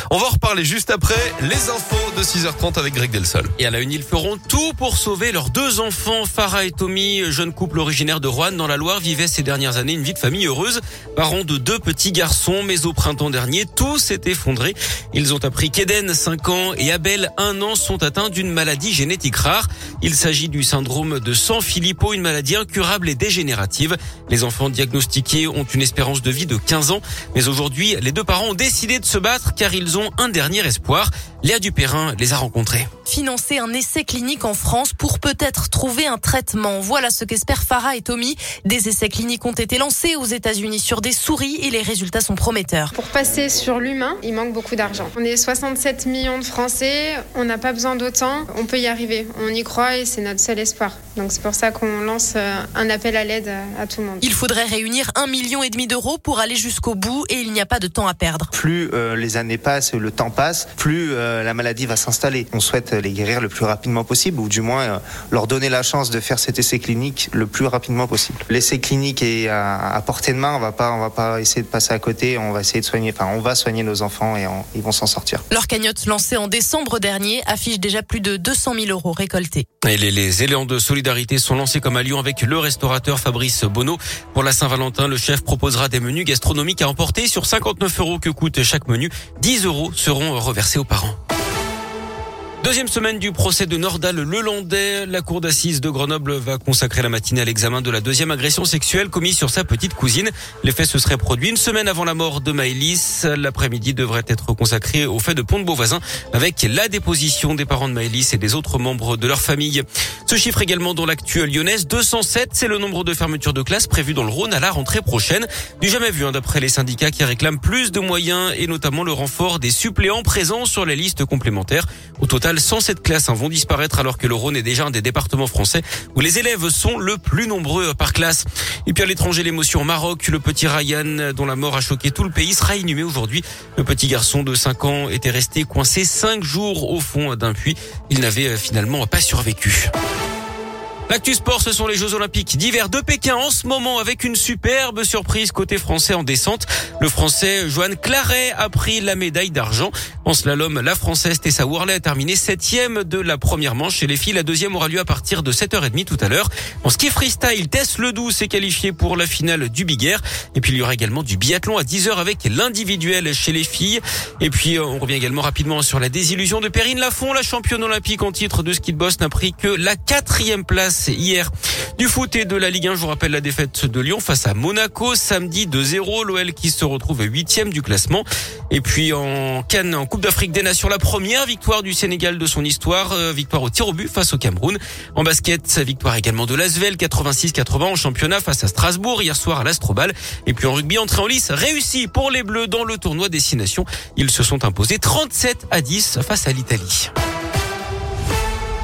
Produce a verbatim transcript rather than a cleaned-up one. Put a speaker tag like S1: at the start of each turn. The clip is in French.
S1: On va en reparler juste après les infos de six heures trente avec Greg Delsol.
S2: Et à la une, ils feront tout pour sauver leurs deux enfants. Farah et Tommy, jeune couple originaire de Roanne dans la Loire, vivaient ces dernières années une vie de famille heureuse. Parents de deux petits garçons, mais au printemps dernier, tout s'est effondré. Ils ont appris qu'Eden, cinq ans, et Abel, un an, sont atteints d'une maladie génétique rare. Il s'agit du syndrome de Sanfilippo, une maladie incurable et dégénérative. Les enfants diagnostiqués ont une espérance de vie de quinze ans. Mais aujourd'hui, les deux parents ont décidé de se battre car ils ont un dernier espoir. Léa Dupérin les a rencontrés.
S3: Financer un essai clinique en France pour peut-être trouver un traitement. Voilà ce qu'espèrent Farah et Tommy. Des essais cliniques ont été lancés aux États-Unis sur des souris et les résultats sont prometteurs.
S4: Pour passer sur l'humain, il manque beaucoup d'argent. On est soixante-sept millions de Français, on n'a pas besoin d'autant, on peut y arriver. On y croit et c'est notre seul espoir. Donc c'est pour ça qu'on lance un appel à l'aide à tout le monde.
S3: Il faudrait réunir un million et demi d'euros pour aller jusqu'au bout et il n'y a pas de temps à perdre.
S5: Plus euh, les années passent, le temps passe, plus euh, la maladie va s'installer. On souhaite les guérir le plus rapidement possible ou du moins euh, leur donner la chance de faire cet essai clinique le plus rapidement possible. L'essai clinique est à, à portée de main, on va pas, on va pas essayer de passer à côté, on va essayer de soigner, enfin on va soigner nos enfants et on, ils vont s'en sortir.
S3: Leur cagnotte lancée en décembre dernier affiche déjà plus de deux cent mille euros récoltés.
S2: Et les, les élans de solidarité sont lancés comme à Lyon avec le restaurateur Fabrice Bonneau. Pour la Saint-Valentin, le chef proposera des menus gastronomiques à emporter. Sur cinquante-neuf euros que coûte chaque menu, dix euros seront reversés aux parents. Deuxième semaine du procès de Nordal Lelandais. La cour d'assises de Grenoble va consacrer la matinée à l'examen de la deuxième agression sexuelle commise sur sa petite cousine. Les faits se seraient produits une semaine avant la mort de Maëlys. L'après-midi devrait être consacré au fait de Pont-de-Beauvoisin avec la déposition des parents de Maëlys et des autres membres de leur famille. Ce chiffre également dans l'actu lyonnaise, deux cent sept, c'est le nombre de fermetures de classes prévues dans le Rhône à la rentrée prochaine. Du jamais vu hein, d'après les syndicats qui réclament plus de moyens et notamment le renfort des suppléants présents sur les listes complémentaires. Au total, cent sept classes vont disparaître alors que le Rhône est déjà un des départements français où les élèves sont le plus nombreux par classe. Et puis à l'étranger, l'émotion au Maroc. Le petit Ryan, dont la mort a choqué tout le pays, sera inhumé aujourd'hui. Le petit garçon de cinq ans était resté coincé cinq jours au fond d'un puits. Il n'avait finalement pas survécu. L'actu sport, ce sont les Jeux Olympiques d'hiver de Pékin en ce moment avec une superbe surprise côté français en descente. Le français Johan Claret a pris la médaille d'argent. En slalom, la française Tessa Worley a terminé septième de la première manche. Chez les filles, la deuxième aura lieu à partir de sept heures trente tout à l'heure. En ski freestyle, Tess Ledoux s'est qualifiée pour la finale du Big Air. Et puis il y aura également du biathlon à dix heures avec l'individuel chez les filles. Et puis on revient également rapidement sur la désillusion de Perrine Lafont. La championne olympique en titre de ski de boss n'a pris que la quatrième place hier. Du foot et de la Ligue un, je vous rappelle la défaite de Lyon face à Monaco samedi deux zéro. L'O L qui se retrouve huitième du classement. Et puis en Cannes, en Coupe d'Afrique des Nations, la première victoire du Sénégal de son histoire, euh, victoire au tir au but face au Cameroun. En basket, victoire également de l'Asvel quatre-vingt-six quatre-vingts en championnat face à Strasbourg hier soir à l'Astrobal. Et puis en rugby, entrée en lice réussi pour les Bleus dans le tournoi Destination. Ils se sont imposés trente-sept à dix face à l'Italie.